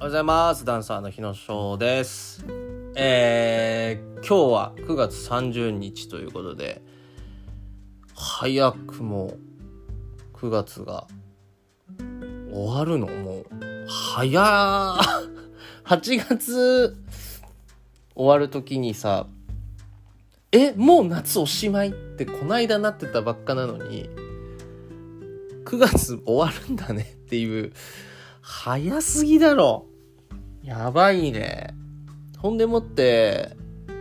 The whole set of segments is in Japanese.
ございます。ダンサーの日野翔です。今日は9月30日ということで、早くも9月が終わるのもう早8月終わる時にさ、もう夏おしまいってこないだなってたばっかなのに9月終わるんだねっていう、早すぎだろ。やばいね。ほんでもって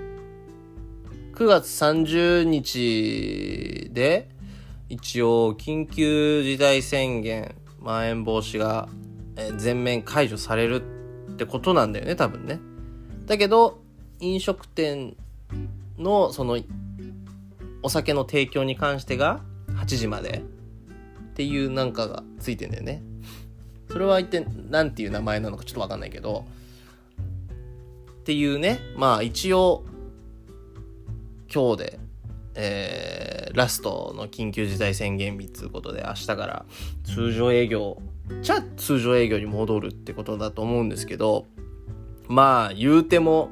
9月30日で一応緊急事態宣言まん延防止が全面解除されるってことなんだよね、多分ね。だけど飲食店のそのお酒の提供に関してが8時までっていうなんかがついてんだよね。それは一体なんていう名前なのかちょっとわかんないけどっていうね。まあ一応今日で、ラストの緊急事態宣言日ということで、明日から通常営業通常営業に戻るってことだと思うんですけど、まあ言うても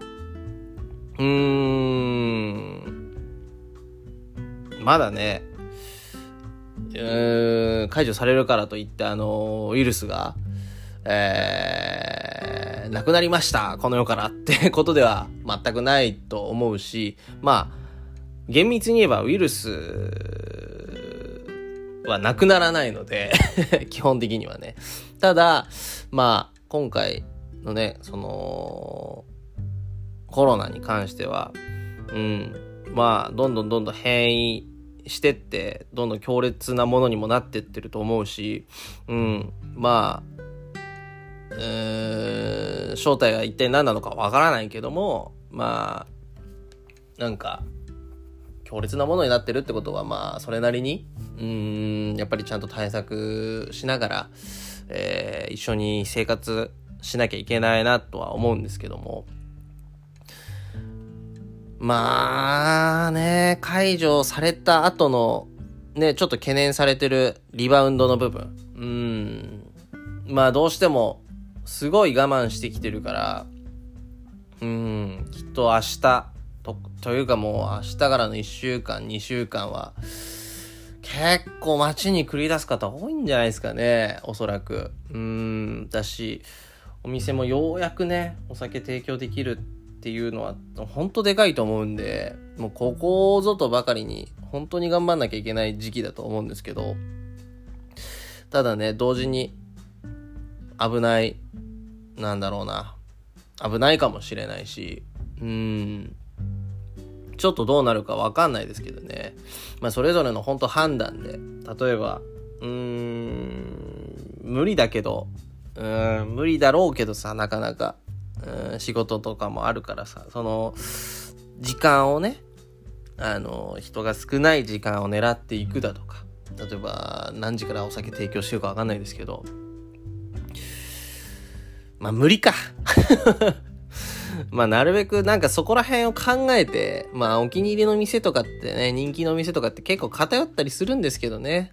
まだね解除されるからといってウイルスが、なくなりましたこの世からってことでは全くないと思うし、まあ厳密に言えばウイルスはなくならないので基本的にはね。ただまあ今回のねそのコロナに関してはまあどんどん変異してってどんどん強烈なものにもなってってると思うし、まあ正体が一体何なのかわからないけども、まあなんか強烈なものになってるってことは、まあそれなりにやっぱりちゃんと対策しながら、一緒に生活しなきゃいけないなとは思うんですけども、まあね、解除された後のねちょっと懸念されてるリバウンドの部分、まあどうしてもすごい我慢してきてるから、きっと明日というかもう明日からの1週間2週間は結構街に繰り出す方多いんじゃないですかね、おそらく。だしお店もようやくねお酒提供できるっていうのは本当でかいと思うんで、もうここぞとばかりに本当に頑張んなきゃいけない時期だと思うんですけど、ただね同時に危ない危ないかもしれないし、ちょっとどうなるか分かんないですけどね。まあそれぞれの本当判断で、例えば無理だけど無理だろうけどさ、なかなか仕事とかもあるからさ、その時間をね人が少ない時間を狙っていくだとか、例えば何時からお酒提供してるか分かんないですけど、まあ無理かまあなるべくなんかそこら辺を考えて、まあお気に入りの店とかってね、人気の店とかって結構偏ったりするんですけどね。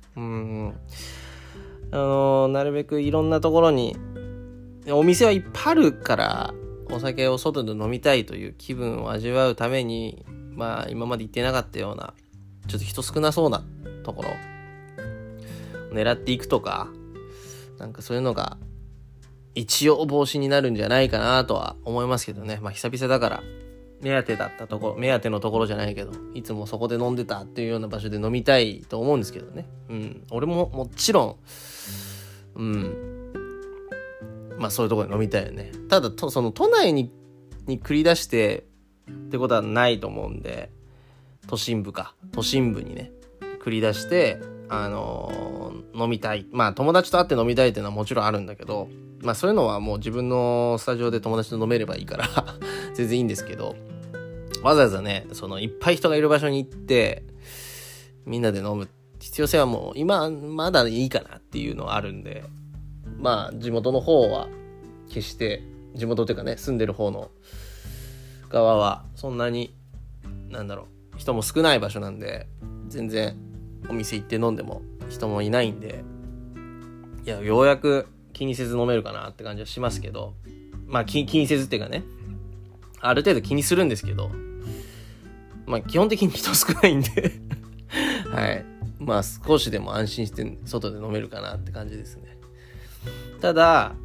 なるべくいろんなところにお店はいっぱいあるから、お酒を外で飲みたいという気分を味わうために、まあ今まで行ってなかったようなちょっと人少なそうなところ狙っていくとか、なんかそういうのが一応防止になるんじゃないかなとは思いますけどね。まあ久々だから目当てのところじゃないけど、いつもそこで飲んでたっていうような場所で飲みたいと思うんですけどね。俺ももちろんまあそういうところで飲みたいよね。ただその都内に繰り出してってことはないと思うんで、都心部にね繰り出して飲みたい、まあ友達と会って飲みたいっていうのはもちろんあるんだけど、まあそういうのはもう自分のスタジオで友達と飲めればいいから全然いいんですけど、わざわざねそのいっぱい人がいる場所に行ってみんなで飲む必要性はもう今まだいいかなっていうのはあるんで、まあ地元の方は決して地元というかね住んでる方の側はそんなに人も少ない場所なんで、全然お店行って飲んでも人もいないんで、ようやく気にせず飲めるかなって感じはしますけど、 まあ気にせずっていうかね、ある程度気にするんですけど、まあ基本的に人少ないんではい、まあ少しでも安心して外で飲めるかなって感じですね。ただ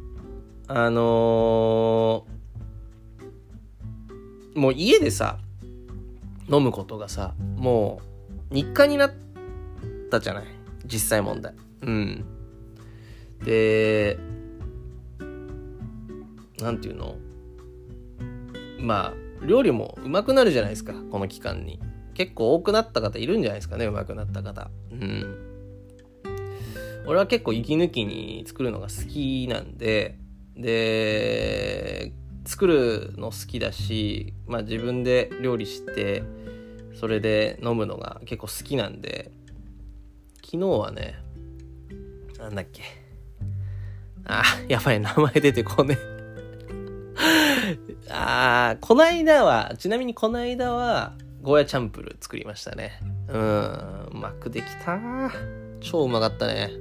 もう家でさ飲むことがさもう日課になったじゃない、実際問題。でなんていうの、まあ料理もうまくなるじゃないですか。この期間に結構多くなった方いるんじゃないですかね、うまくなった方。俺は結構息抜きに作るのが好きなんで作るの好きだし、まあ自分で料理してそれで飲むのが結構好きなんで、昨日はね、なんだっけ、やばい、名前出てこねちなみにこの間はゴーヤチャンプル作りましたね。うまくできた。超うまかったね。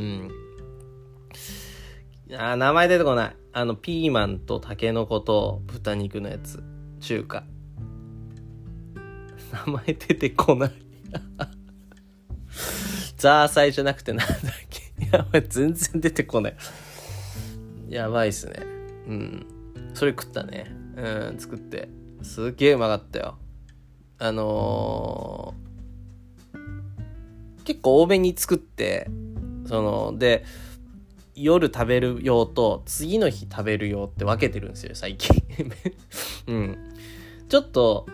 名前出てこない。ピーマンとタケノコと豚肉のやつ、中華。名前出てこないザーサイじゃなくてなんだっけ、やばい、全然出てこない。やばいっすね。それ食ったね。作ってすっげえうまかったよ。結構多めに作って、で夜食べる用と次の日食べる用って分けてるんですよ最近ちょっと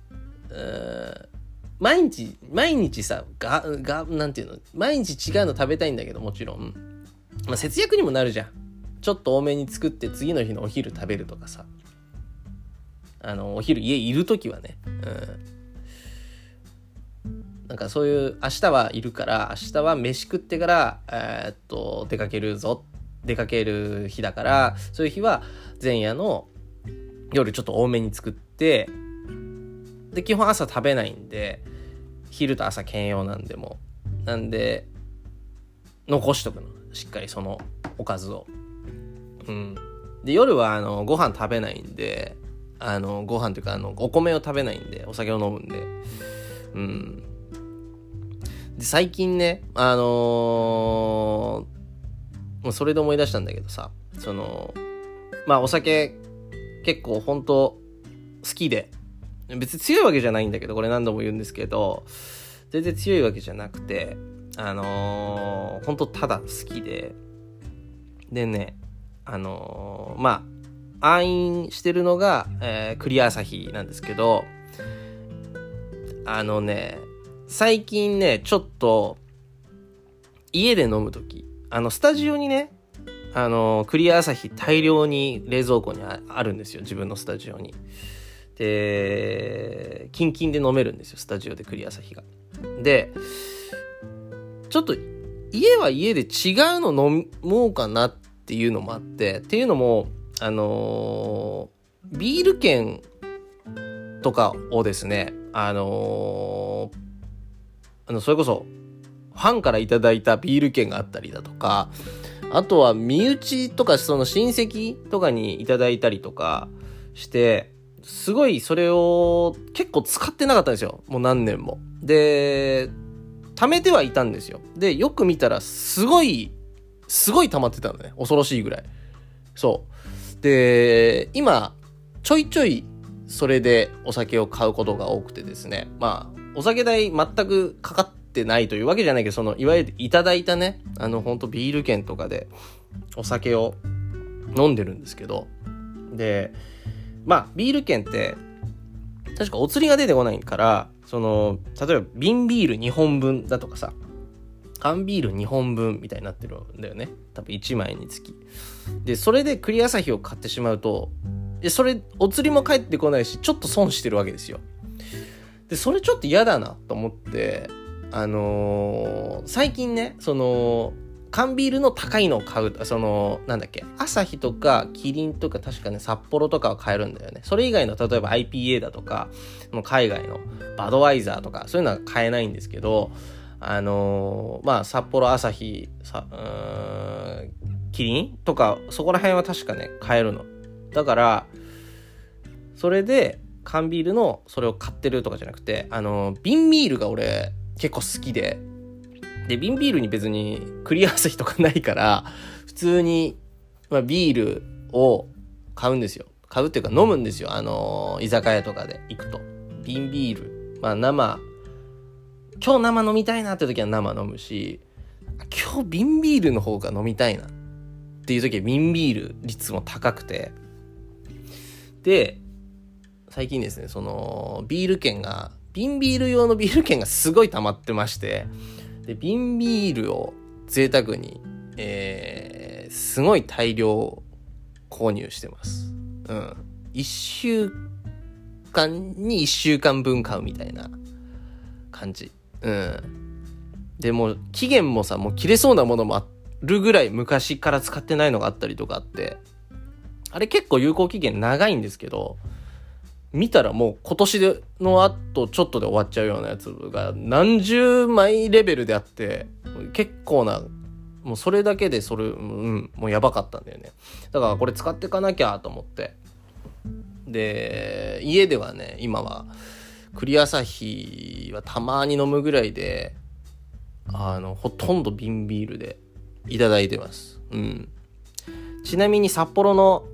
毎日さなんていうの、毎日違うの食べたいんだけど、もちろん、まあ、節約にもなるじゃん。ちょっと多めに作って次の日のお昼食べるとかさ、お昼家いるときはね、なんかそういう明日はいるから明日は飯食ってから出かける日だから、そういう日は前夜の夜ちょっと多めに作って、で基本朝食べないんで、昼と朝兼用なんで、なんで残しとくの、しっかりそのおかずを。で夜はご飯食べないんで、ご飯というかお米を食べないんで、お酒を飲むんで、で最近ねもうそれで思い出したんだけどさ、まあお酒結構本当好きで、別に強いわけじゃないんだけど、これ何度も言うんですけど、全然強いわけじゃなくて、本当ただ好きでね、まあ愛飲してるのが、クリアアサヒなんですけど、最近ねちょっと家で飲むとき、スタジオにねクリアアサヒ大量に冷蔵庫にあるんですよ、自分のスタジオに。でキンキンで飲めるんですよ、スタジオでクリアアサヒが。でちょっと家は家で違うの飲もうかなっていうのもあって、っていうのもビール券とかをですね、それこそファンからいただいたビール券があったりだとか、あとは身内とかその親戚とかにいただいたりとかして、すごいそれを結構使ってなかったんですよ、もう何年も。で貯めてはいたんですよ。でよく見たらすごい溜まってたのね、恐ろしいぐらい。そうで今ちょいちょいそれでお酒を買うことが多くてですね、まあお酒代全くかかってないというわけじゃないけど、いわゆるいただいたねほんとビール券とかでお酒を飲んでるんですけど、でまあビール券って確かお釣りが出てこないから、例えば瓶ビール2本分だとかさ、缶ビール2本分みたいになってるんだよね、多分1枚につき。でそれでクリアアサヒを買ってしまうと、それお釣りも返ってこないし、ちょっと損してるわけですよ。でそれちょっと嫌だなと思って、最近ね缶ビールの高いのを買う、なんだっけ、アサヒとかキリンとか確かね札幌とかは買えるんだよね。それ以外の例えば IPA だとか海外のバドワイザーとかそういうのは買えないんですけど、まあ札幌、アサヒキリンとかそこら辺は確かね買えるの。 だからそれで缶ビールのそれを買ってるとかじゃなくて、瓶ビールが俺結構好きで、瓶ビールに別にクリア朝日とかないから普通に、ビールを買うんですよ。買うっていうか飲むんですよ。居酒屋とかで行くと瓶ビール、今日生飲みたいなって時は生飲むし、今日瓶ビールの方が飲みたいなっていう時は瓶ビール率も高くて、で最近ですね、その瓶ビール用のビール券がすごい溜まってまして、で瓶ビールを贅沢に、すごい大量購入してます。1週間に1週間分買うみたいな感じ。でもう期限もさ、もう切れそうなものもあるぐらい昔から使ってないのがあったりとかあって、あれ結構有効期限長いんですけど、見たらもう今年のあとちょっとで終わっちゃうようなやつが何十枚レベルであって、結構な、もうそれだけでもうやばかったんだよね。だからこれ使っていかなきゃと思って、で家ではね、今は栗朝日はたまに飲むぐらいで、ほとんど瓶ビールでいただいてます。ちなみに札幌の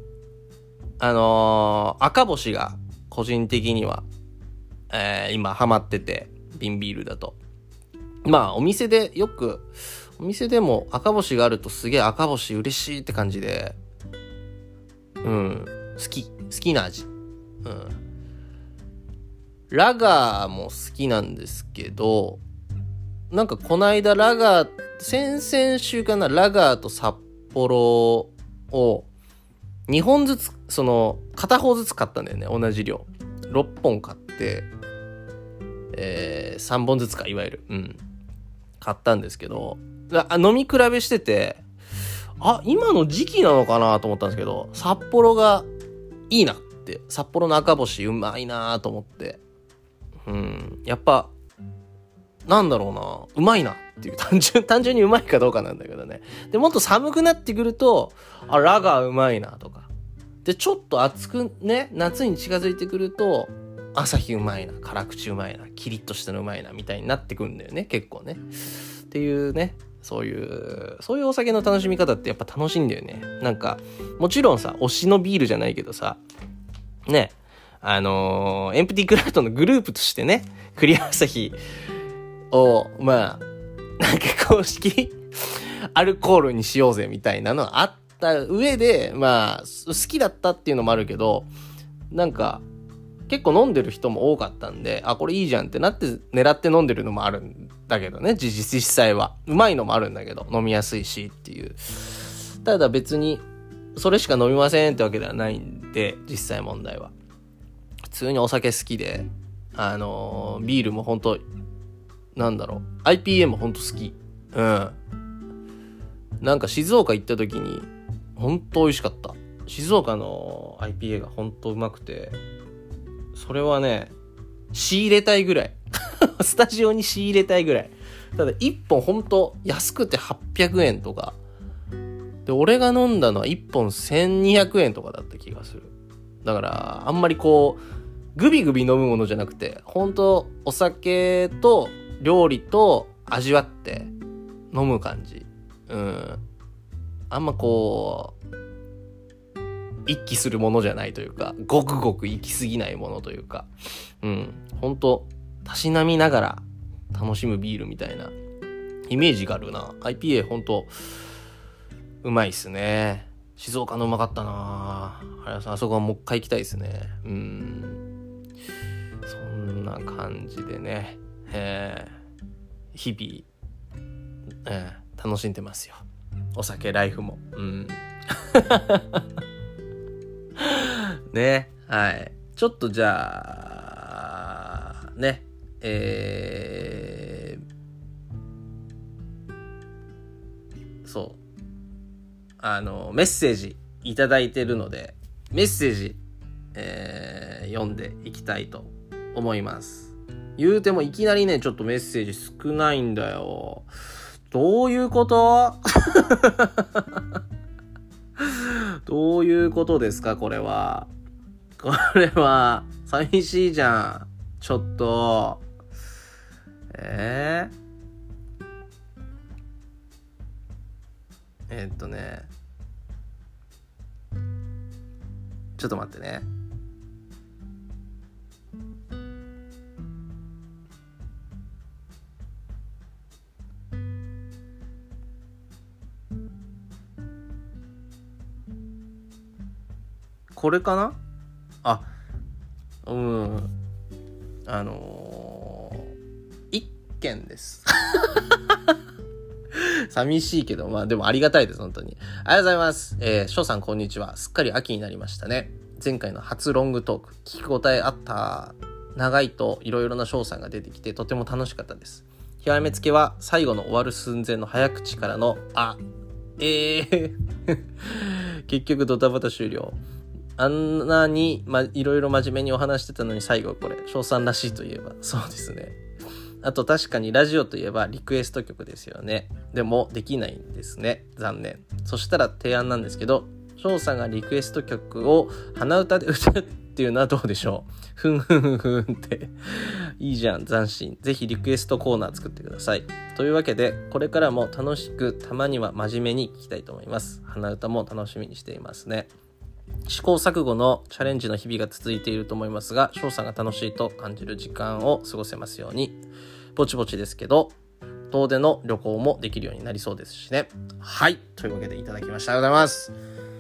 赤星が個人的には、今ハマってて、瓶ビールだとお店でも赤星があるとすげえ赤星嬉しいって感じで、好きな味。ラガーも好きなんですけど、なんかこの間先々週かな、ラガーと札幌を2本ずつ、片方ずつ買ったんだよね。同じ量6本買って、3本ずつか、いわゆる買ったんですけど、飲み比べしてて、今の時期なのかなと思ったんですけど、札幌がいいなって、札幌の赤星うまいなと思って、やっぱなんだろうな、うまいなっていう、単純にうまいかどうかなんだけどね。でもっと寒くなってくると、ラガーうまいなとかで、ちょっと暑くね、夏に近づいてくると朝日うまいな、辛口うまいな、キリッとしたのうまいなみたいになってくるんだよね、結構ね。っていうね、そういうお酒の楽しみ方ってやっぱ楽しいんだよね。なんかもちろんさ、推しのビールじゃないけどさね、エンプティクラウドのグループとしてね、クリア朝日をなんか公式アルコールにしようぜみたいなのがあった上で、好きだったっていうのもあるけど、なんか結構飲んでる人も多かったんで、これいいじゃんってなって狙って飲んでるのもあるんだけどね、実際はうまいのもあるんだけど、飲みやすいしっていう。ただ別にそれしか飲みませんってわけではないんで、実際問題は普通にお酒好きで、ビールも本当IPA も本当好き。なんか静岡行った時に本当美味しかった。静岡の IPA が本当うまくて、それはね、仕入れたいぐらいスタジオに仕入れたいぐらい。ただ1本本当安くて800円とかで、俺が飲んだのは1本1200円とかだった気がする。だからあんまりグビグビ飲むものじゃなくて、本当お酒と料理と味わって飲む感じ。あんま一気するものじゃないというか、ごくごく行き過ぎないものというか、本当たしなみながら楽しむビールみたいなイメージがあるな。 IPA 本当うまいっすね。静岡のうまかったな。あそこはもう一回行きたいですね。そんな感じでね、日々、楽しんでますよ、お酒ライフも。ね、はい。ちょっとじゃあね、メッセージいただいてるので、メッセージ、読んでいきたいと思います。言うてもいきなりね、ちょっとメッセージ少ないんだよ。どういうことどういうことですかこれは。これは寂しいじゃん。ちょっとちょっと待ってね。これかな。一件です寂しいけど、まあでもありがたいです、本当に。ありがとうございます。翔さんこんにちは。すっかり秋になりましたね。前回の初ロングトーク、聞き応えあった。長いといろいろな翔さんが出てきてとても楽しかったです。極めつけは最後の終わる寸前の早口からの結局ドタバタ終了。あんなにいろいろ真面目にお話してたのに最後これ、翔さんらしいといえばそうですね。あと確かにラジオといえばリクエスト曲ですよね。でもできないんですね。残念。そしたら提案なんですけど、翔さんがリクエスト曲を鼻歌で歌うっていうのはどうでしょう。ふんふんふんふんっていいじゃん、斬新。ぜひリクエストコーナー作ってください。というわけでこれからも楽しく、たまには真面目に聞きたいと思います。鼻歌も楽しみにしていますね。試行錯誤のチャレンジの日々が続いていると思いますが、翔さんが楽しいと感じる時間を過ごせますように。ぼちぼちですけど遠出の旅行もできるようになりそうですしね。はい、というわけでいただきました。ありがとうございます。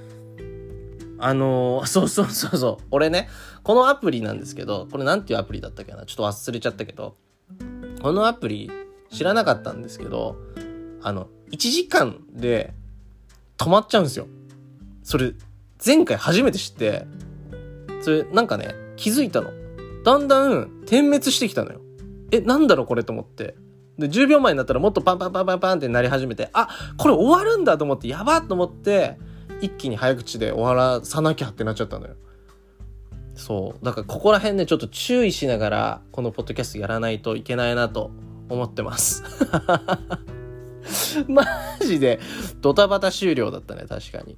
そう俺ね、このアプリなんですけど、これなんていうアプリだったっけな、ちょっと忘れちゃったけど、このアプリ知らなかったんですけど、1時間で止まっちゃうんですよ。それ前回初めて知って、それなんかね、気づいたの。だんだん点滅してきたのよ。なんだろうこれと思って。で、10秒前になったらもっとパンパンパンパンパンってなり始めて、これ終わるんだと思って、やばっと思って、一気に早口で終わらさなきゃってなっちゃったのよ。そう。だからここら辺ね、ちょっと注意しながら、このポッドキャストやらないといけないなと思ってます。マジで、ドタバタ終了だったね、確かに。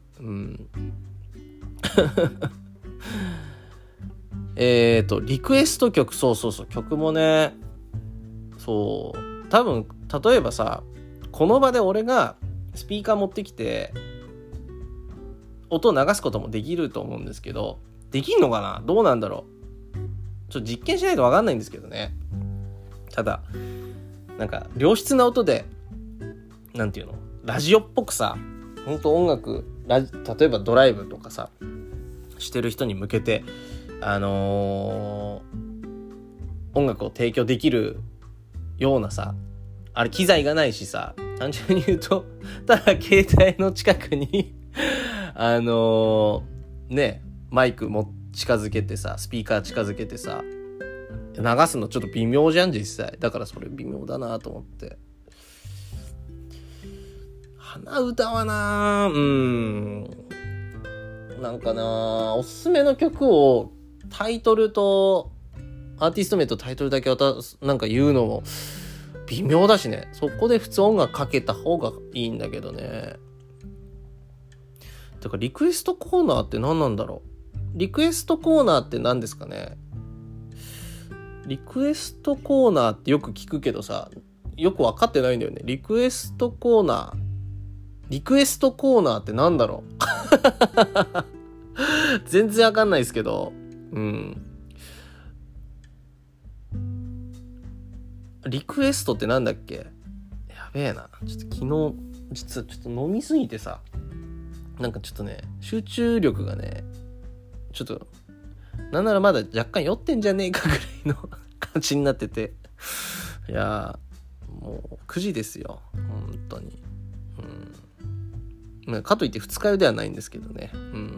リクエスト曲、そう、曲もね、そう、多分、例えばさ、この場で俺がスピーカー持ってきて、音を流すこともできると思うんですけど、できんのかな？どうなんだろう。ちょっと実験しないと分かんないんですけどね。ただ、なんか、良質な音で、なんていうの？ラジオっぽくさ、ほんと音楽、例えばドライブとかさ、してる人に向けて、音楽を提供できるようなさ、あれ機材がないしさ、単純に言うと、ただ携帯の近くにマイクも近づけてさ、スピーカー近づけてさ、流すのちょっと微妙じゃん実際。だからそれ微妙だなと思って。鼻歌はなんかな、おすすめの曲をタイトルとアーティスト名とタイトルだけなんか言うのも微妙だしね。そこで普通音楽かけた方がいいんだけどね。だからリクエストコーナーって何なんだろう。リクエストコーナーって何ですかね。リクエストコーナーってよく聞くけどさ、よく分かってないんだよね。リクエストコーナーって何だろう。全然分かんないですけど、リクエストってなんだっけ。やべえな。ちょっと昨日実はちょっと飲みすぎてさ、なんかちょっとね、集中力がね、ちょっとなんならまだ若干酔ってんじゃねえかぐらいの感じになってて、いやもう9時ですよ本当に。かといって二日酔いではないんですけどね。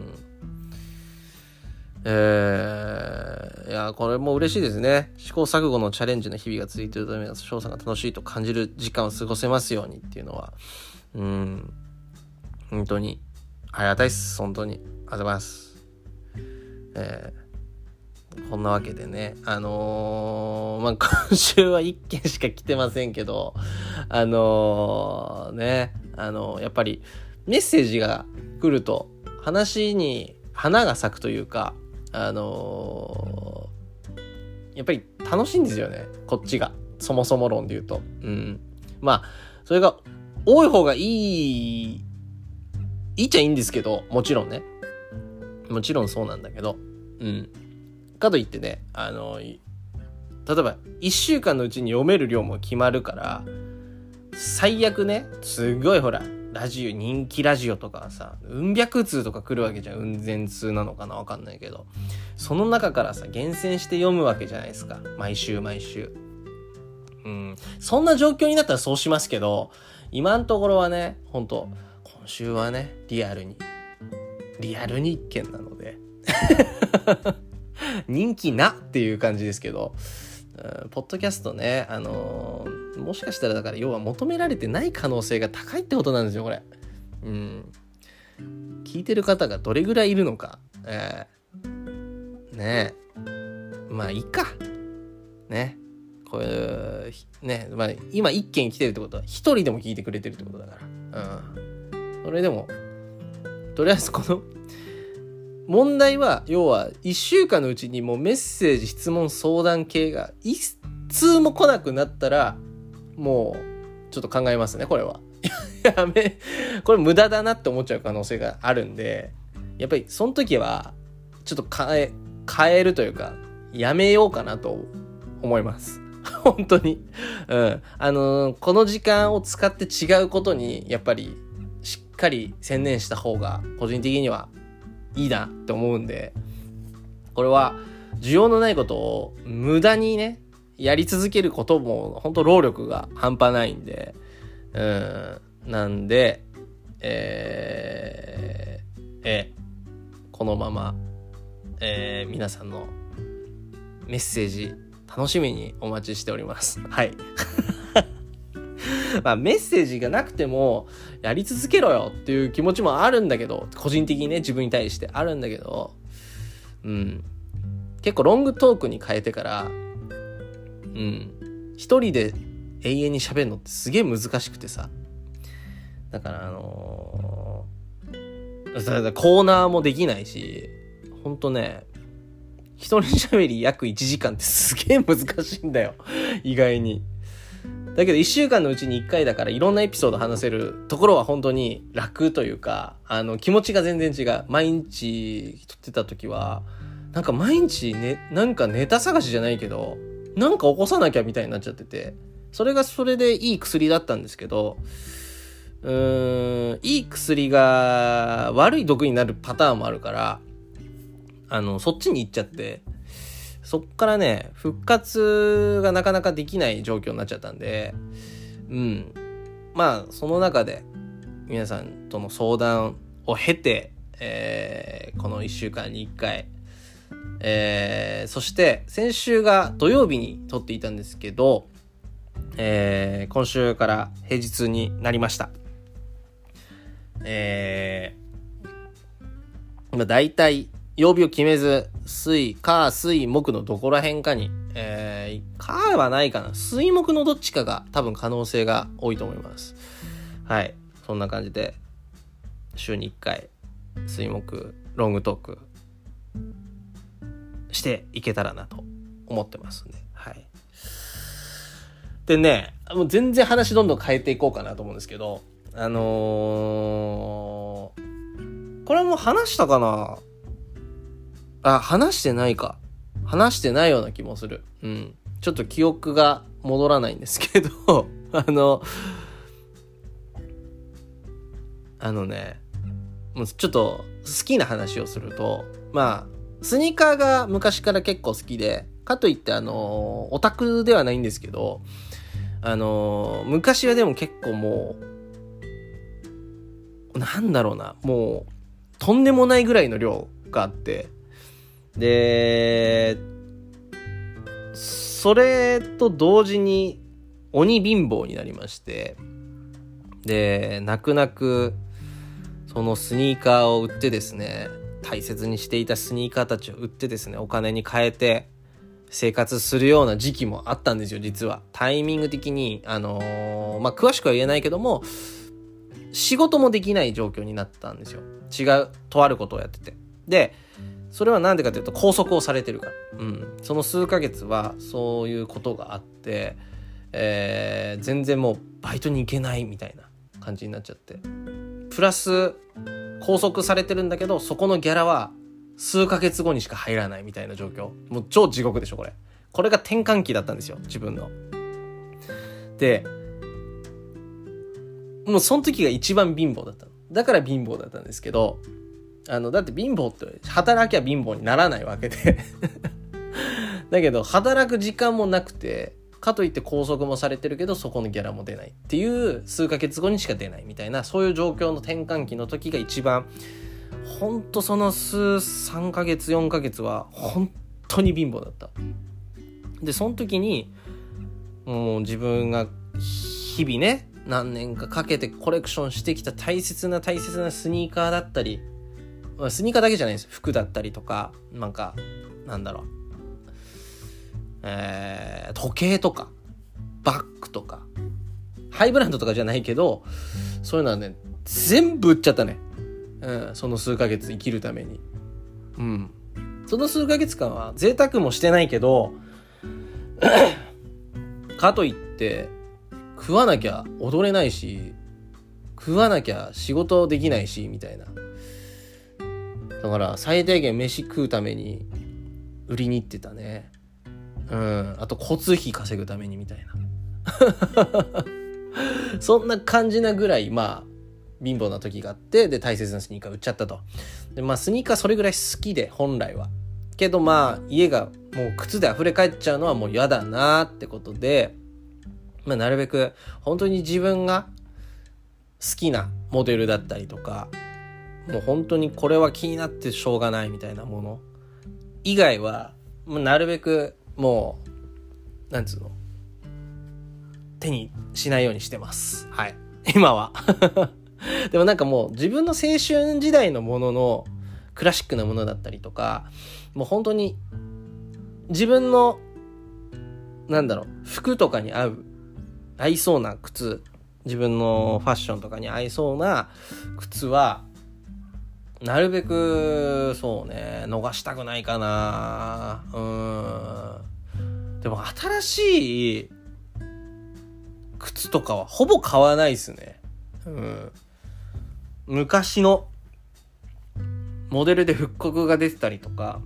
いやこれも嬉しいですね。試行錯誤のチャレンジの日々が続いていると思います。翔さんが楽しいと感じる時間を過ごせますようにっていうのは本当にありがたいっす。本当にありがとうございます。こんなわけでね、今週は1件しか来てませんけど、やっぱりメッセージが来ると話に花が咲くというか、やっぱり楽しいんですよね、こっちが。そもそも論で言うと。まあ、それが多い方がいいっちゃいいんですけど、もちろんね。もちろんそうなんだけど。かといってね、例えば1週間のうちに読める量も決まるから、最悪ね、すごいほら、人気ラジオとかさ、百通とか来るわけじゃん。全通なのかな、わかんないけど。その中からさ、厳選して読むわけじゃないですか。毎週。そんな状況になったらそうしますけど、今のところはね、本当今週はね、リアルに一件なので。人気なっていう感じですけど、ポッドキャストね、もしかしたらだから要は求められてない可能性が高いってことなんですよ、これ。聞いてる方がどれぐらいいるのか。ねえ。まあいいか。ね。こういうね、まあ今一件来てるってことは一人でも聞いてくれてるってことだから。それでもとりあえずこの問題は要は1週間のうちにもうメッセージ質問相談系が一通も来なくなったらもうちょっと考えますね、これは。これ無駄だなって思っちゃう可能性があるんで、やっぱりその時はちょっと変えるというかやめようかなと思います。本当に。この時間を使って違うことにやっぱりしっかり専念した方が個人的にはいいなって思うんで、これは需要のないことを無駄にねやり続けることも本当労力が半端ないんで、なんでこのまま、皆さんのメッセージ楽しみにお待ちしております。はい。まあメッセージがなくてもやり続けろよっていう気持ちもあるんだけど、個人的にね自分に対してあるんだけど、結構ロングトークに変えてから一人で永遠に喋るのってすげえ難しくてさ、だからコーナーもできないし、ほんとね一人喋り約1時間ってすげえ難しいんだよ意外に。だけど1週間のうちに1回だからいろんなエピソード話せるところは本当に楽というか、気持ちが全然違う。毎日撮ってた時はなんか毎日ね、なんかネタ探しじゃないけどなんか起こさなきゃみたいになっちゃってて、それがそれでいい薬だったんですけど、いい薬が悪い毒になるパターンもあるから、そっちに行っちゃって、そっからね復活がなかなかできない状況になっちゃったんで、まあその中で皆さんとの相談を経て、この1週間に1回、そして先週が土曜日に撮っていたんですけど、今週から平日になりました。だいたい曜日を決めず、水木のどこら辺かに、火はないかな、水木のどっちかが多分可能性が多いと思います。はい、そんな感じで週に1回水木ロングトークしていけたらなと思ってますんで、はい。でね、もう全然話どんどん変えていこうかなと思うんですけど、これも話したかな。話してないか。話してないような気もする。ちょっと記憶が戻らないんですけど、もうちょっと好きな話をすると、まあ、スニーカーが昔から結構好きで、かといってオタクではないんですけど、昔はでも結構もう、なんだろうな、もう、とんでもないぐらいの量があって、で、それと同時に鬼貧乏になりまして、で、泣く泣くそのスニーカーを売ってですね、大切にしていたスニーカーたちを売ってですね、お金に変えて生活するような時期もあったんですよ、実は。タイミング的に、詳しくは言えないけども、 仕事もできない状況になったんですよ。違うとあることをやってて。でそれはなんでかというと拘束をされてるから、その数ヶ月はそういうことがあって、全然もうバイトに行けないみたいな感じになっちゃって、プラス拘束されてるんだけどそこのギャラは数ヶ月後にしか入らないみたいな状況。もう超地獄でしょこれ。これが転換期だったんですよ自分の。でもうその時が一番貧乏だったの。だから貧乏だったんですけど、だって貧乏って働きゃ貧乏にならないわけでだけど働く時間もなくて、かといって拘束もされてるけどそこのギャラも出ないっていう数ヶ月後にしか出ないみたいな、そういう状況の転換期の時が一番、ほんとその3ヶ月4ヶ月は本当に貧乏だった。でその時にもう自分が日々ね何年かかけてコレクションしてきた大切なスニーカーだったり、スニーカーだけじゃないです、服だったりとか、時計とかバッグとかハイブランドとかじゃないけど、そういうのはね全部売っちゃったね。その数ヶ月生きるために。その数ヶ月間は贅沢もしてないけどかといって食わなきゃ踊れないし、食わなきゃ仕事できないしみたいな。だから最低限飯食うために売りに行ってたね。あと交通費稼ぐためにみたいなそんな感じなぐらい貧乏な時があって、で大切なスニーカー売っちゃったと。でスニーカーそれぐらい好きで本来はけど家がもう靴で溢れ返っちゃうのはもう嫌だなってことで、なるべく本当に自分が好きなモデルだったりとか、もう本当にこれは気になってしょうがないみたいなもの以外はなるべくもう手にしないようにしてます。はい今はでももう自分の青春時代のもののクラシックなものだったりとか、もう本当に自分の服とかに合いそうな靴、自分のファッションとかに合いそうな靴はなるべく逃したくないかな。でも新しい靴とかはほぼ買わないですね。昔のモデルで復刻が出てたりとか、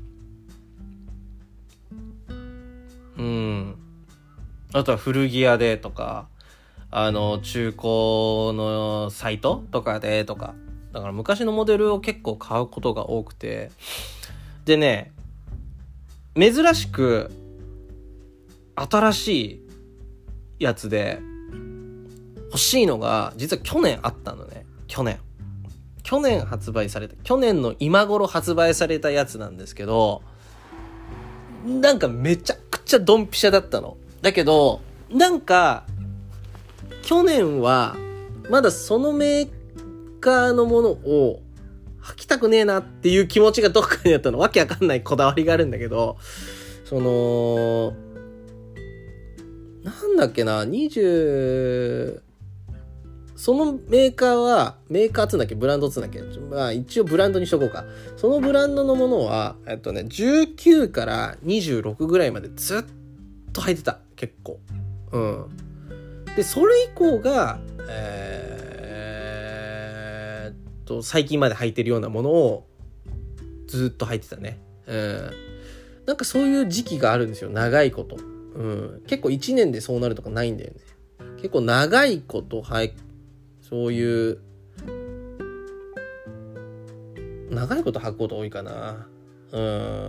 あとは古着屋でとか、中古のサイトとかでとか、だから昔のモデルを結構買うことが多くて、でね、珍しく新しいやつで欲しいのが実は去年あったのね。去年発売された、去年の今頃発売されたやつなんですけど、めちゃくちゃドンピシャだったの。だけど去年はまだそのメーカーのものを履きたくねえなっていう気持ちがどっかにあったの。わけわかんないこだわりがあるんだけど、そのメーカーつんだっけ、ブランドつんだっけ、一応ブランドにしとこうか。そのブランドのものは19から26ぐらいまでずっと履いてた、結構。でそれ以降が最近まで履いてるようなものをずっと履いてたね。そういう時期があるんですよ、長いこと。結構1年でそうなるとかないんだよね。結構長いことそういう長いこと履くこと多いかな。だ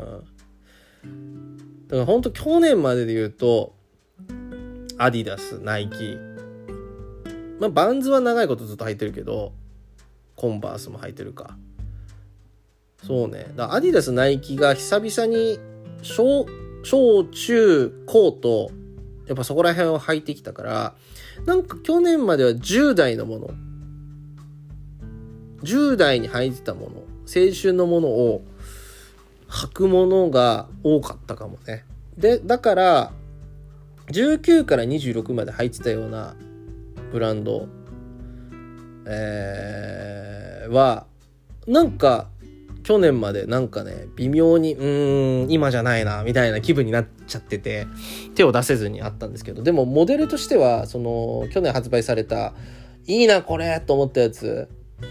から本当去年までで言うとアディダス、ナイキ、バンズは長いことずっと履いてるけど、コンバースも履いてるか。そうね。だからアディダス、ナイキが久々に小中高とやっぱそこら辺を履いてきたから、去年までは10代のもの、10代に履いてたもの、青春のものを履くものが多かったかもね。でだから19から26まで履いてたようなブランドはなんか去年までなんかね微妙に今じゃないなみたいな気分になっちゃってて手を出せずにあったんですけど、でもモデルとしてはその去年発売されたいいなこれと思ったやつ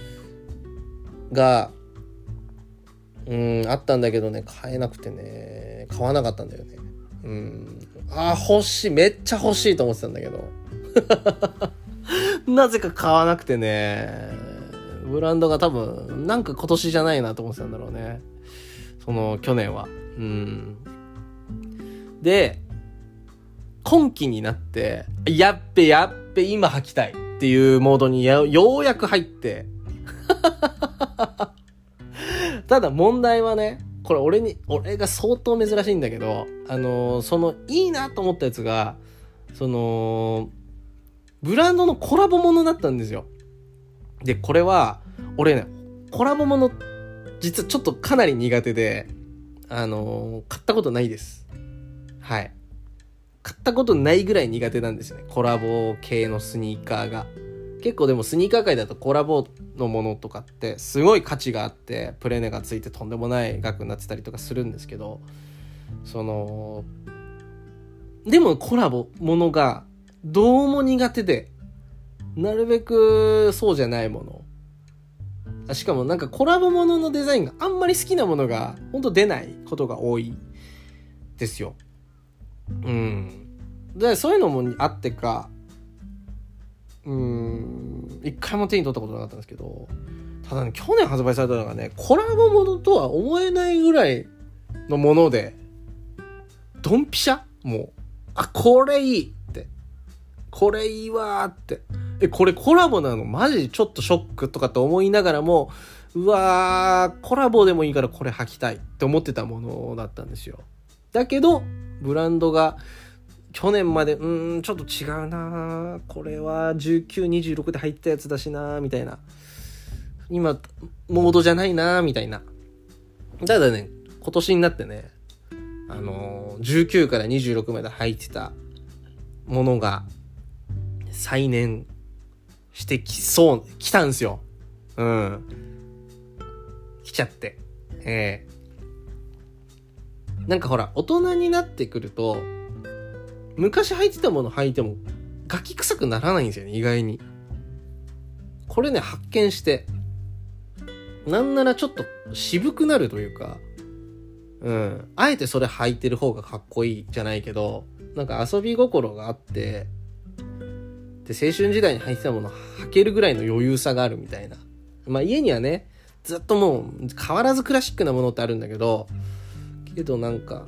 があったんだけどね、買えなくてね、買わなかったんだよね。欲しい、めっちゃ欲しいと思ってたんだけどなぜか買わなくてね、ブランドが多分なんか今年じゃないなと思ってたんだろうね、その去年は。で今期になってやっべ今履きたいっていうモードにようやく入ってただ問題はね、これ俺が相当珍しいんだけど、そのいいなと思ったやつがそのブランドのコラボものだったんですよ。でこれは俺ね、コラボもの実はちょっとかなり苦手で買ったことないです。はい、買ったことないぐらい苦手なんですよね、コラボ系のスニーカーが。結構でもスニーカー界だとコラボのものとかってすごい価値があってプレネがついてとんでもない額になってたりとかするんですけど、でもコラボものがどうも苦手で、なるべくそうじゃないもの、しかもなんかコラボもののデザインがあんまり好きなものがほんと出ないことが多いですよ。でそういうのもあってか一回も手に取ったことなかったんですけど、ただね去年発売されたのがね、コラボものとは思えないぐらいのものでドンピシャ、もうこれいいって、これいいわーって、これコラボなのマジちょっとショックとかって思いながらも、うわーコラボでもいいからこれ履きたいって思ってたものだったんですよ。だけどブランドが去年までちょっと違うな、これは19、26で入ったやつだしなみたいな、今モードじゃないなみたいな。ただね今年になってね、19から26まで入ってたものが再燃して来たんですよ。来ちゃって、なんかほら大人になってくると昔履いてたもの履いてもガキ臭くならないんですよね、意外に。これね発見して、なんならちょっと渋くなるというか、あえてそれ履いてる方がかっこいいじゃないけど、なんか遊び心があって、で青春時代に履いてたもの履けるぐらいの余裕さがあるみたいな。まあ家にはねずっともう変わらずクラシックなものってあるんだけどなんか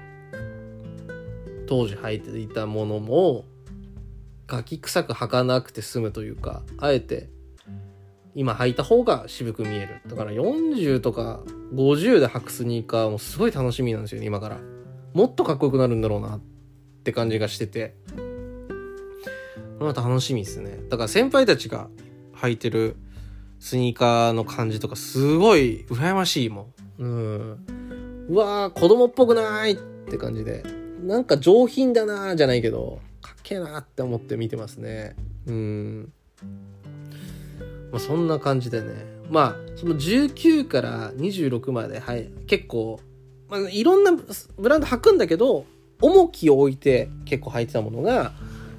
当時履いていたものもガキ臭く履かなくて済むというか、あえて今履いた方が渋く見える。だから40とか50で履くスニーカーもすごい楽しみなんですよね、今から。もっとかっこよくなるんだろうなって感じがしてて、楽しみですね。だから先輩たちが履いてるスニーカーの感じとかすごい羨ましいもん。うわー子供っぽくないって感じで、なんか上品だなじゃないけどかっけえなって思って見てますね。そんな感じでね、その19から26まで、結構、いろんなブランド履くんだけど重きを置いて結構履いてたものが、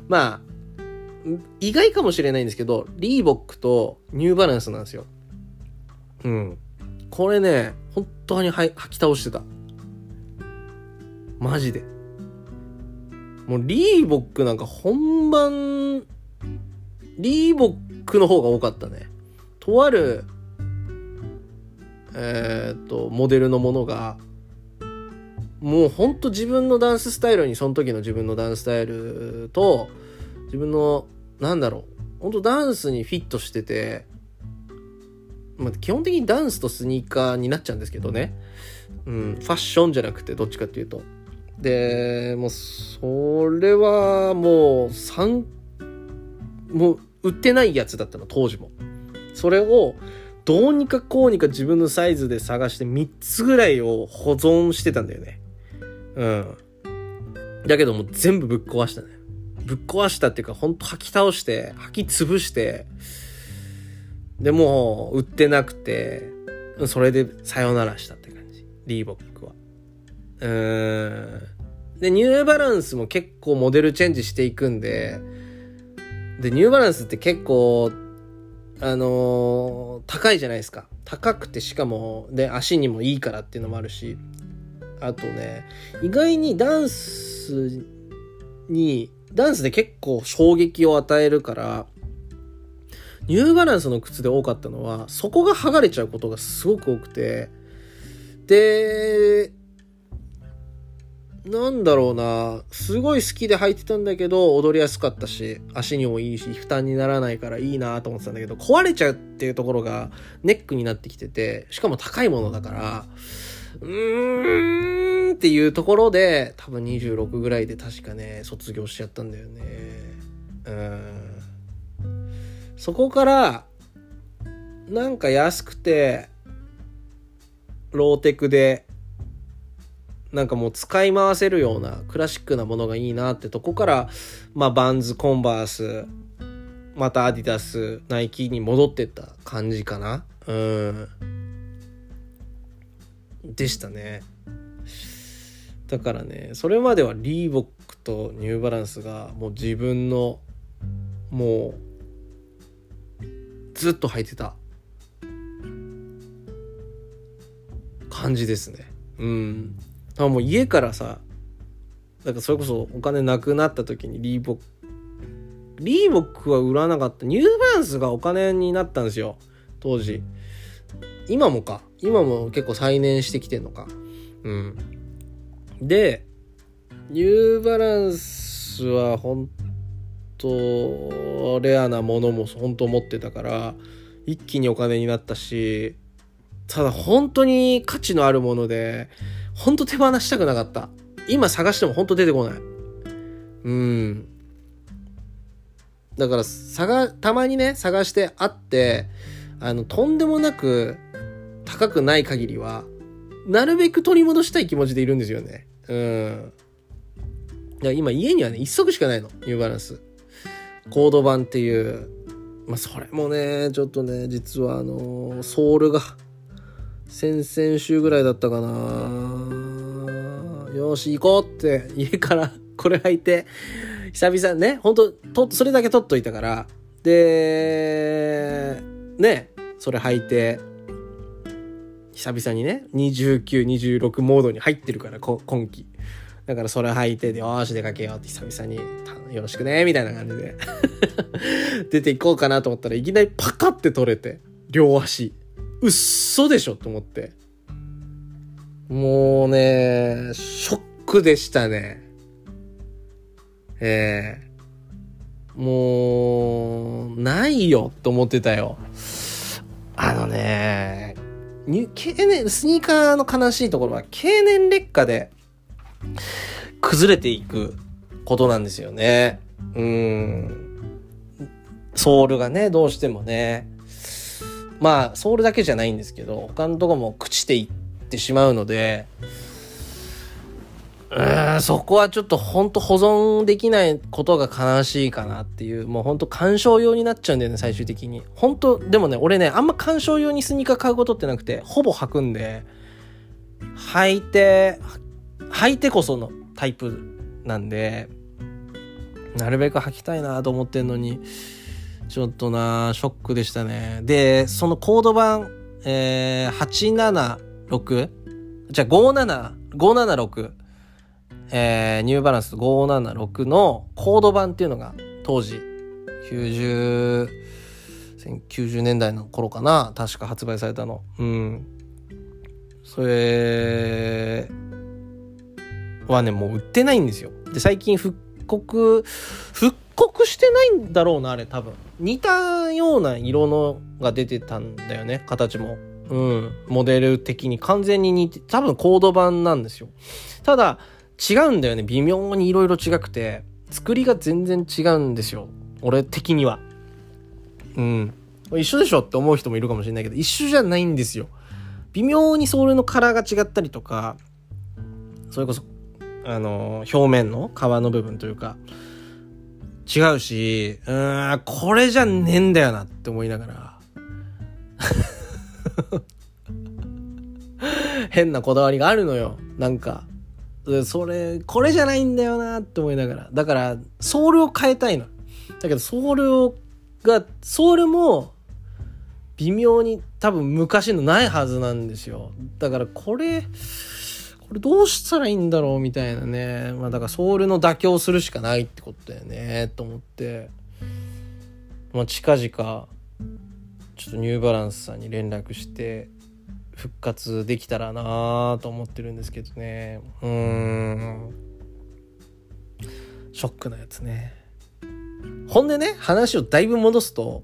意外かもしれないんですけどリーボックとニューバランスなんですよ。これね本当に履き倒してた、マジで。もうリーボックなんか本番リーボックの方が多かったね。とあるモデルのものがもうほんと自分のダンススタイルに、その時の自分のダンススタイルと自分のほんとダンスにフィットしてて、基本的にダンスとスニーカーになっちゃうんですけどね、ファッションじゃなくてどっちかっていうと。でもうそれはもう売ってないやつだったの当時も。それをどうにかこうにか自分のサイズで探して3つぐらいを保存してたんだよね。だけどもう全部ぶっ壊したね。ぶっ壊したっていうかほんと履き倒して履き潰して、 でも売ってなくて、それでさよならしたって感じ、リーボックは。でニューバランスも結構モデルチェンジしていくんで、ニューバランスって結構高いじゃないですか。高くて、しかもで足にもいいからっていうのもあるし、あとね、意外にダンスで結構衝撃を与えるから、ニューバランスの靴で多かったのは、底が剥がれちゃうことがすごく多くて、で、なんだろうな、すごい好きで履いてたんだけど、踊りやすかったし、足にもいいし、負担にならないからいいなと思ってたんだけど、壊れちゃうっていうところがネックになってきてて、しかも高いものだから、っていうところで、多分26ぐらいで確かね、卒業しちゃったんだよね。そこから、なんか安くて、ローテクで、なんかもう使い回せるようなクラシックなものがいいなってとこから、バンズ、コンバース、またアディダス、ナイキに戻ってった感じかな。でしたね。だからね、それまではリーボックとニューバランスがもう自分のもうずっと履いてた感じですね。もう家からさ、だからそれこそお金なくなった時にリーボックは売らなかった。ニューバランスがお金になったんですよ、当時。今も結構再燃してきてんのか。で、ニューバランスは本当レアなものも本当持ってたから、一気にお金になったし、ただ本当に価値のあるもので、本当手放したくなかった。今探しても本当出てこない。だからたまにね、探してあって、とんでもなく高くない限りは、なるべく取り戻したい気持ちでいるんですよね。だから今家にはね、一足しかないの、ニューバランス。コード版っていう。それもね、ちょっとね、実はソールが、先々週ぐらいだったかな。よし、行こうって家からこれ履いて、久々ね、ほんと、それだけ取っといたから、で、ね、それ履いて、久々にね、29、26モードに入ってるから、今季。だからそれ履いて、よーし出かけようって久々に、よろしくね、みたいな感じで、出て行こうかなと思ったらいきなりパカって取れて、両足。うっそでしょと思って。もうね、ショックでしたね。もう、ないよと思ってたよ。スニーカーの悲しいところは、経年劣化で崩れていくことなんですよね。ソールがね、どうしてもね。ソールだけじゃないんですけど、他のとこも朽ちていってしまうので、そこはちょっと本当保存できないことが悲しいかなっていう、もう本当鑑賞用になっちゃうんだよね、最終的に。本当でもね、俺ね、あんま鑑賞用にスニーカー買うことってなくて、ほぼ履くんで、履いてこそのタイプなんで、なるべく履きたいなと思ってんのに、ちょっとなショックでしたね。で、そのコード版、876? じゃあ576、ニューバランス576のコード版っていうのが当時1990年代の頃かな、確か発売されたの。それはね、もう売ってないんですよ。で、最近復刻してないんだろうな、あれ多分。似たような色のが出てたんだよね、形も。モデル的に完全に似て、多分コード版なんですよ。ただ、違うんだよね。微妙に色々違くて、作りが全然違うんですよ。俺的には。一緒でしょって思う人もいるかもしれないけど、一緒じゃないんですよ。微妙にソールのカラーが違ったりとか、それこそ、表面の皮の部分というか、違うし、これじゃねえんだよなって思いながら、 変なこだわりがあるのよ。なんかこれじゃないんだよなって思いながら、だからソールを変えたいの。だけどソールも微妙に多分昔のないはずなんですよ。だからこれどうしたらいいんだろうみたいなね。まあだからソールの妥協するしかないってことだよねと思って、まあ近々ちょっとニューバランスさんに連絡して復活できたらなと思ってるんですけどね。ショックなやつね。ほんでね、話をだいぶ戻すと、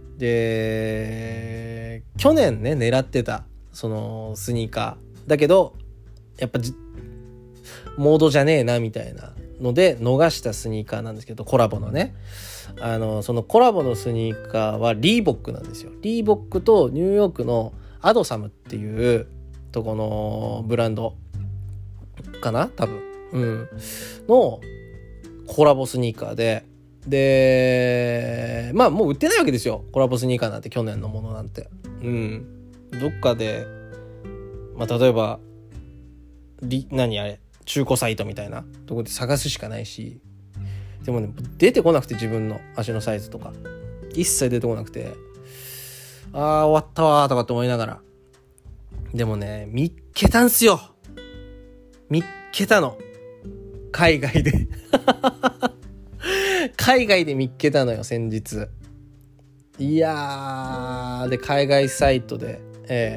で去年ね狙ってたそのスニーカーだけどやっぱモードじゃねえなみたいなので逃したスニーカーなんですけど、コラボのね、そのコラボのスニーカーはリーボックなんですよ。リーボックとニューヨークのアドサムっていうとこのブランドかな多分、のコラボスニーカーでまあもう売ってないわけですよ、コラボスニーカーなんて、去年のものなんて。どっかでまあ例えば何あれ中古サイトみたいなとこで探すしかないし、でもね出てこなくて、自分の足のサイズとか一切出てこなくて、終わったわとかって思いながら、でもね見っけたんすよ。見っけたの、海外で海外で見っけたのよ先日。いやーで海外サイトで、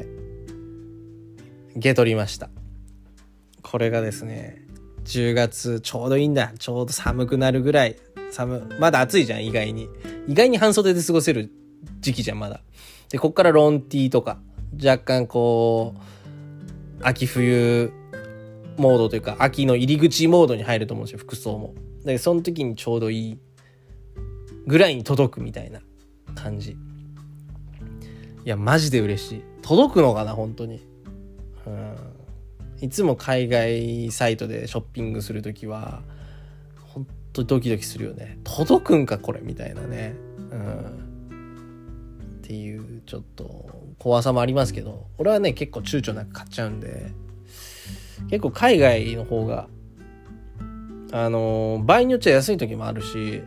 ゲ取りました。これがですね10月ちょうどいいんだ、ちょうど寒くなるぐらい、まだ暑いじゃん、意外に半袖で過ごせる時期じゃんまだ。でこっからロンティーとか若干こう秋冬モードというか秋の入り口モードに入ると思うんですよ、服装も。だけどその時にちょうどいいぐらいに届くみたいな感じ。いやマジで嬉しい。届くのかな本当に。いつも海外サイトでショッピングするときは本当にドキドキするよね。届くんかこれみたいなね。っていうちょっと怖さもありますけど、俺はね結構躊躇なく買っちゃうんで、結構海外の方が場合によっちゃ安い時もあるし、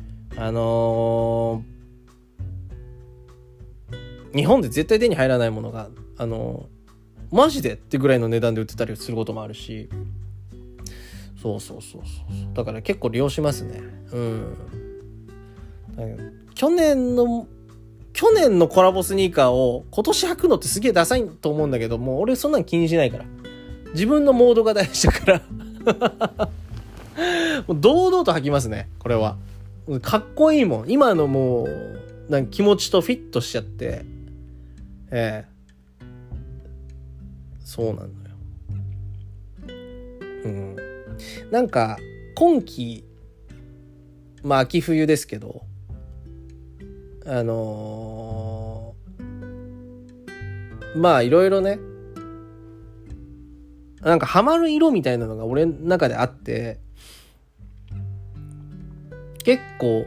日本で絶対手に入らないものがマジでってぐらいの値段で売ってたりすることもあるし、そうだから結構利用しますね。去年のコラボスニーカーを今年履くのってすげえダサいと思うんだけど、もう俺そんなの気にしないから、自分のモードが大事だからもう堂々と履きますね。これはかっこいいもん。今のもうなんか気持ちとフィットしちゃって、そうなのよ。なんか今季まあ秋冬ですけど、まあいろいろね、なんかハマる色みたいなのが俺の中であって、結構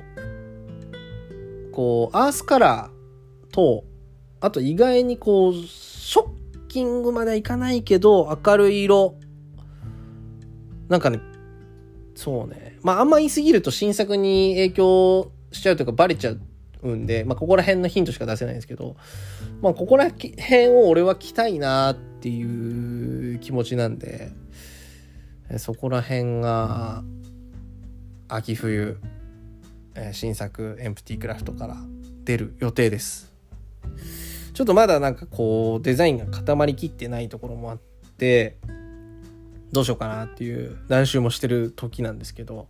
こうアースカラーと、あと意外にこうショッキングまではいかないけど明るい色、なんかね、そうね、まああんま言い過ぎると新作に影響しちゃうというかバレちゃうんで、まあここら辺のヒントしか出せないんですけど、まあここら辺を俺は着たいなっていう気持ちなんで、そこら辺が秋冬新作エンプティクラフトから出る予定です。ちょっとまだなんかこうデザインが固まりきってないところもあって、どうしようかなっていう何周もしてる時なんですけど、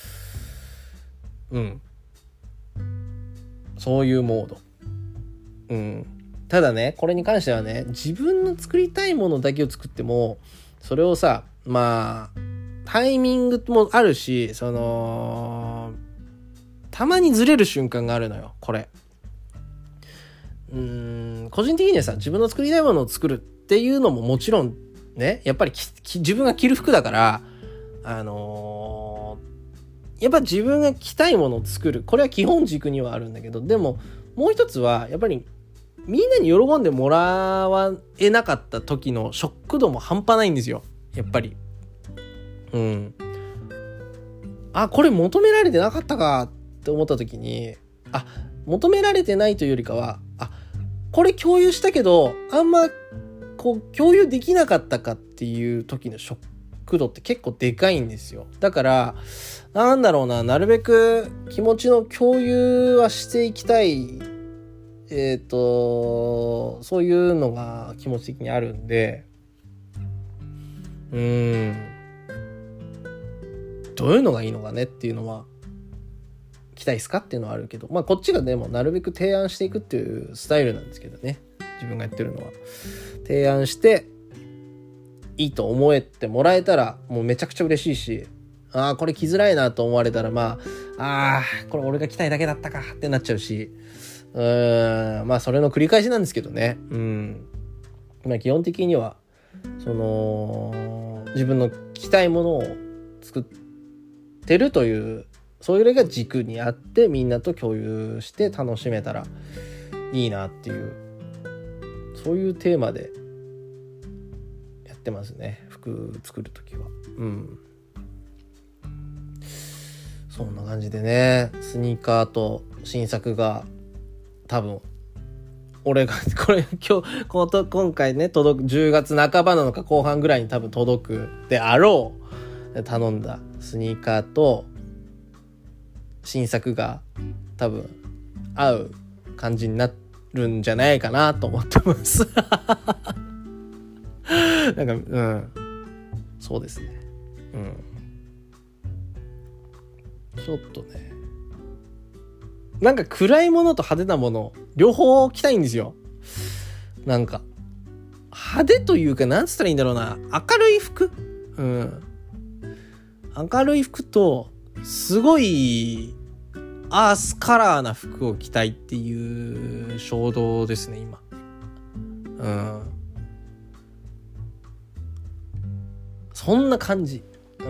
そういうモード。ただね、これに関してはね、自分の作りたいものだけを作っても、それをさ、まあタイミングもあるし、たまにずれる瞬間があるのよ、これ。個人的にはさ、自分の作りたいものを作るっていうのももちろんね、やっぱり自分が着る服だから、やっぱ自分が着たいものを作る、これは基本軸にはあるんだけど、でももう一つはやっぱりみんなに喜んでもらえなかった時のショック度も半端ないんですよ、やっぱり。これ求められてなかったかって思った時に、求められてないというよりかは、これ共有したけどあんまこう共有できなかったかっていう時のショック度って結構でかいんですよ。だからなるべく気持ちの共有はしていきたい、そういうのが気持ち的にあるんで、どういうのがいいのかねっていうのは来たいですかっていうのはあるけど、こっちがでもなるべく提案していくっていうスタイルなんですけどね、自分がやってるのは提案していいと思えてもらえたらもうめちゃくちゃ嬉しいし、これ来づらいなと思われたらこれ俺が来たいだけだったかってなっちゃうし、それの繰り返しなんですけどね。基本的にはその自分の着たいものを作ってるというそういうのが軸にあって、みんなと共有して楽しめたらいいなっていう、そういうテーマでやってますね、服作るときは。そんな感じでね、スニーカーと新作が多分俺がこれ今回ね届く10月半ばなのか後半ぐらいに多分届くであろう頼んだスニーカーと新作が多分合う感じになるんじゃないかなと思ってますそうですね。ちょっとね、暗いものと派手なもの両方着たいんですよ。派手というかなんつったらいいんだろうな、明るい服、明るい服とすごいアースカラーな服を着たいっていう衝動ですね今。そんな感じ。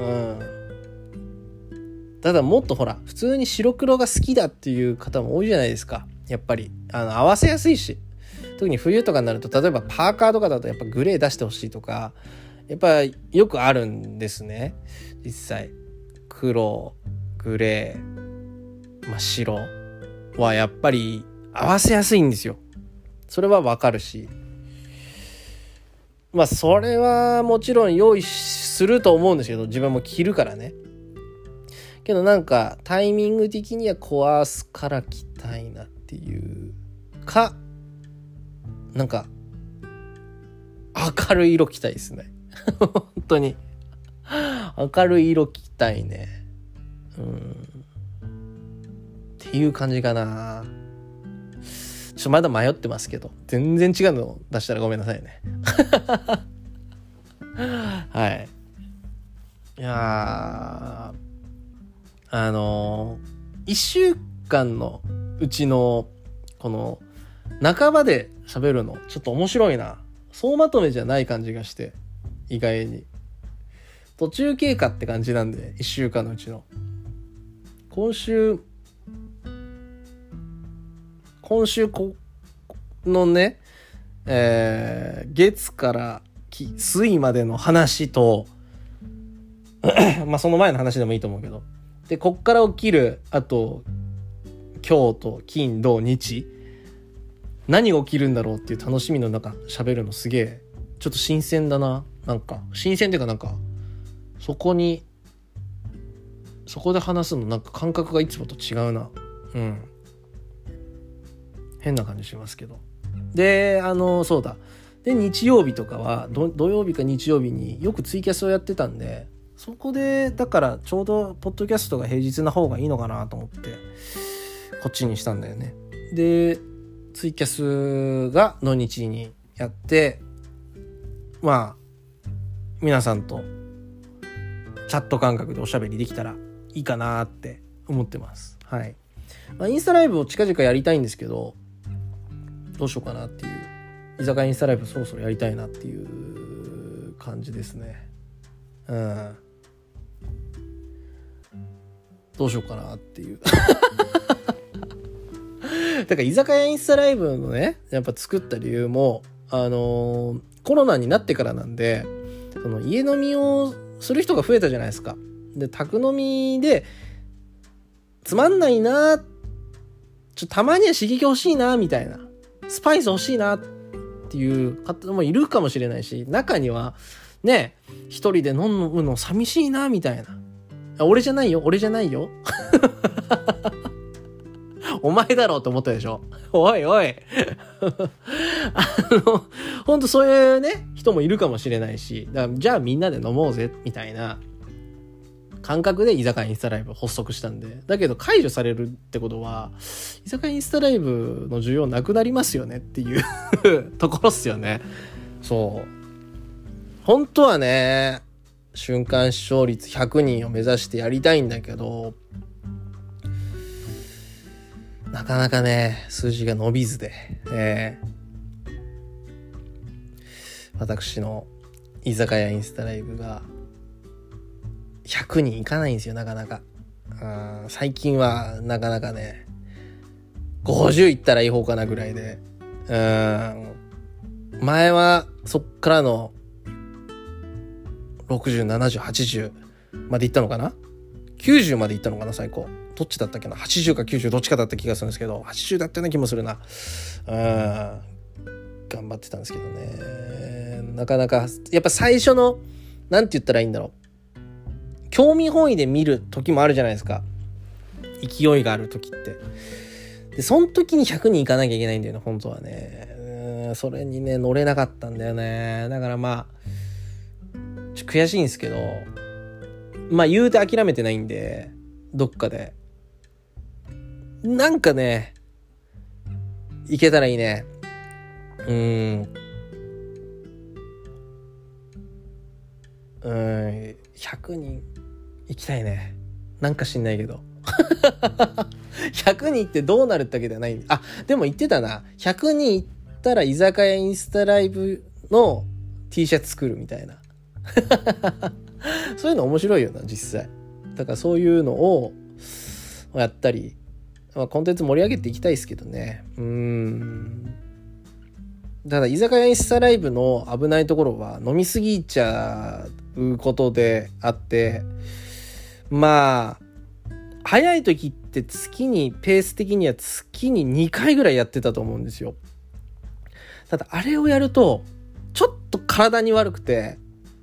ただもっとほら普通に白黒が好きだっていう方も多いじゃないですか。やっぱり合わせやすいし、特に冬とかになると例えばパーカーとかだとやっぱグレー出してほしいとかやっぱよくあるんですね。実際黒グレー、白はやっぱり合わせやすいんですよ。それはわかるし、それはもちろん用意すると思うんですけど、自分も着るからね。けどタイミング的にはコアースから着たいなっていうか、明るい色着たいですね本当に明るい色着たいね。っていう感じかな。まだ迷ってますけど、全然違うの出したらごめんなさいねはい。いや1週間のうちのこの半ばで喋るのちょっと面白いな。総まとめじゃない感じがして、意外に途中経過って感じなんで、1週間のうちの今週のね、月から水までの話とその前の話でもいいと思うけど、でこっから起きるあと今日と金土日何が起きるんだろうっていう楽しみの中喋るのすげえちょっと新鮮だな。新鮮っていうかそこで話すの感覚がいつもと違うな。変な感じしますけど。でそうだ。で日曜日とかは土曜日か日曜日によくツイキャスをやってたんで、そこでだからちょうどポッドキャストが平日な方がいいのかなと思ってこっちにしたんだよね。でツイキャスが土日にやって、皆さんとチャット感覚でおしゃべりできたらいいかなって思ってます。はい。インスタライブを近々やりたいんですけど、どうしようかなっていう、居酒屋インスタライブそろそろやりたいなっていう感じですね。どうしようかなっていうだから居酒屋インスタライブのね、やっぱ作った理由も、コロナになってからなんで、その家飲みをする人が増えたじゃないですか。で、宅飲みで、つまんないな、たまには刺激欲しいな、みたいな。スパイス欲しいな、っていう方もいるかもしれないし、中には、ね、一人で飲むの寂しいな、みたいな。俺じゃないよ。お前だろうと思ったでしょ。おいおい。ほんとそういうね、人もいるかもしれないし、だからじゃあみんなで飲もうぜ、みたいな感覚で居酒屋インスタライブ発足したんで。だけど解除されるってことは、居酒屋インスタライブの需要なくなりますよねっていうところっすよね。そう。本当はね、瞬間視聴率100人を目指してやりたいんだけど、なかなかね、数字が伸びずで、私の居酒屋インスタライブが100人いかないんですよ、なかなか。最近はなかなかね、50いったらいい方かなぐらいで、前はそっからの60、70、80までいったのかな ?90 までいったのかな、最高。どっちだったっけな、80か90どっちかだった気がするんですけど、80だったような気もするな。頑張ってたんですけどね、なかなかやっぱ最初のなんて言ったらいいんだろう、興味本位で見る時もあるじゃないですか、勢いがある時って。でその時に100人いかなきゃいけないんだよね、本当はね。それにね乗れなかったんだよね。だからまあ悔しいんですけど、まあ言うて諦めてないんで、どっかでなんかねいけたらいいね。100人行きたいね。なんか知んないけど100人ってどうなるってわけではないんで。でも言ってたな、100人行ったら居酒屋インスタライブの T シャツ作るみたいなそういうの面白いよな実際。だからそういうのをやったり、コンテンツ盛り上げていきたいですけどね。ただ居酒屋インスタライブの危ないところは飲みすぎちゃうことであって、まあ早い時って月にペース的には月に2回ぐらいやってたと思うんですよ。ただあれをやるとちょっと体に悪くて、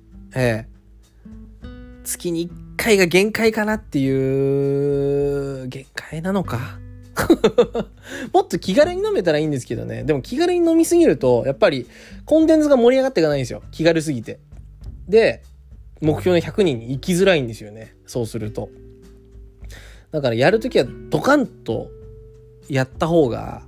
月に1回が限界かなっていう、限界なのかもっと気軽に飲めたらいいんですけどね。でも気軽に飲みすぎるとやっぱりコンテンツが盛り上がっていかないんですよ、気軽すぎて。で目標の100人に行きづらいんですよね、そうすると。だからやるときはドカンとやった方が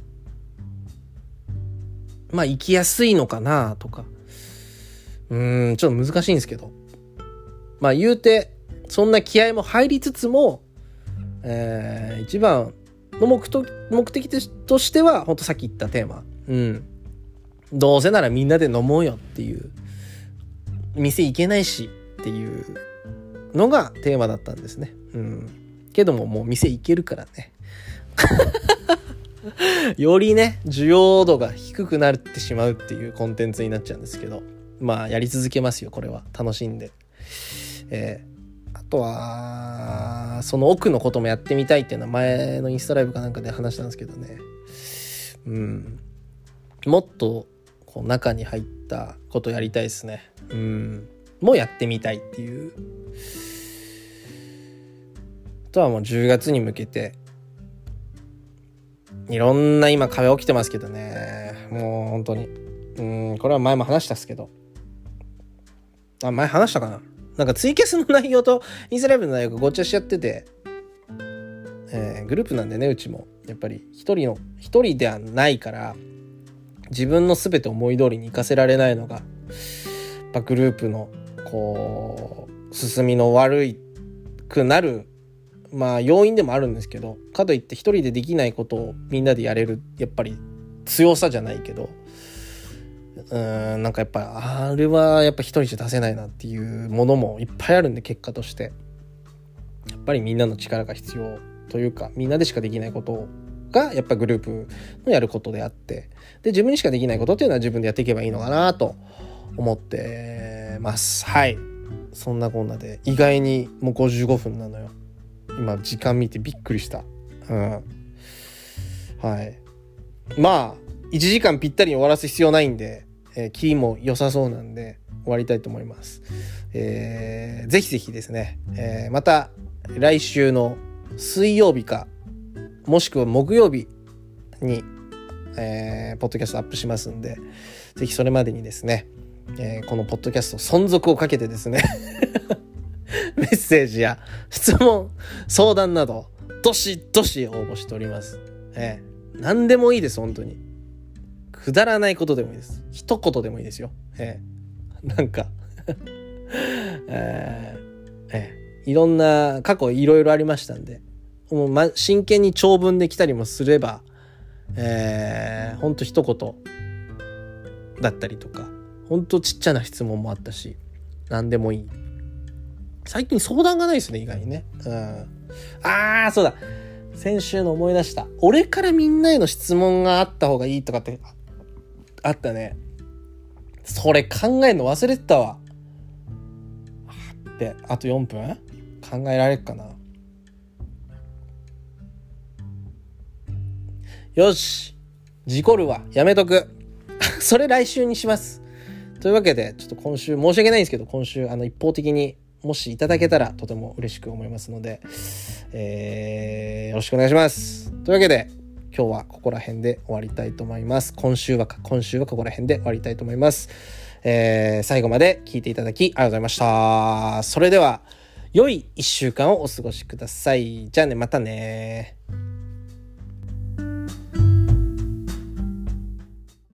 まあ行きやすいのかなとか。ちょっと難しいんですけど、まあ言うてそんな気合も入りつつも、一番の目的としては本当さっき言ったテーマ、どうせならみんなで飲もうよっていう、店行けないしっていうのがテーマだったんですね。けどももう店行けるからねよりね需要度が低くなってしまうっていうコンテンツになっちゃうんですけど、まあやり続けますよ、これは楽しんで。あとはその奥のこともやってみたいっていうのは前のインスタライブかなんかで話したんですけどね。もっとこう中に入ったことやりたいですね。もうやってみたいっていう。あとはもう10月に向けていろんな今壁起きてますけどね、もう本当にこれは前も話したっすけど、前話したかな、なんかツイキャスの内容とインスタライブの内容がごっちゃしちゃってて、グループなんでね、うちもやっぱり一人ではないから自分の全て思い通りにいかせられないのがやっぱグループのこう進みの悪くなる要因でもあるんですけど、かといって一人でできないことをみんなでやれるやっぱり強さじゃないけど、なんかやっぱあれはやっぱ一人じゃ出せないなっていうものもいっぱいあるんで、結果としてやっぱりみんなの力が必要というか、みんなでしかできないことをがやっぱグループのやることであって、で自分にしかできないことっていうのは自分でやっていけばいいのかなと思ってます。はい、そんなこんなで意外にもう55分なのよ。今時間見てびっくりした。はい、まあ1時間ぴったりに終わらす必要ないんで、キーも良さそうなんで終わりたいと思います。ぜひぜひですね、また来週の水曜日かもしくは木曜日に、ポッドキャストアップしますんで、ぜひそれまでにですね、このポッドキャスト存続をかけてですねメッセージや質問相談などどしどし応募しております。何でもいいです。本当にくだらないことでもいいです。一言でもいいですよ。なんかいろんな過去いろいろありましたんで、もう真剣に長文で来たりもすれば、ほんと一言だったりとか、ほんとちっちゃな質問もあったし、何でもいい。最近相談がないですね、意外にね。そうだ、先週の思い出した。俺からみんなへの質問があった方がいいとかってあったね。それ考えるの忘れてたわ。で、あと4分考えられるかな。よし、事故るわ、やめとくそれ来週にします。というわけでちょっと今週申し訳ないんですけど、今週一方的にもしいただけたらとても嬉しく思いますので、よろしくお願いします。というわけで今日はここら辺で終わりたいと思います。今週はここら辺で終わりたいと思います。最後まで聞いていただきありがとうございました。それでは良い1週間をお過ごしください。じゃあね、またね。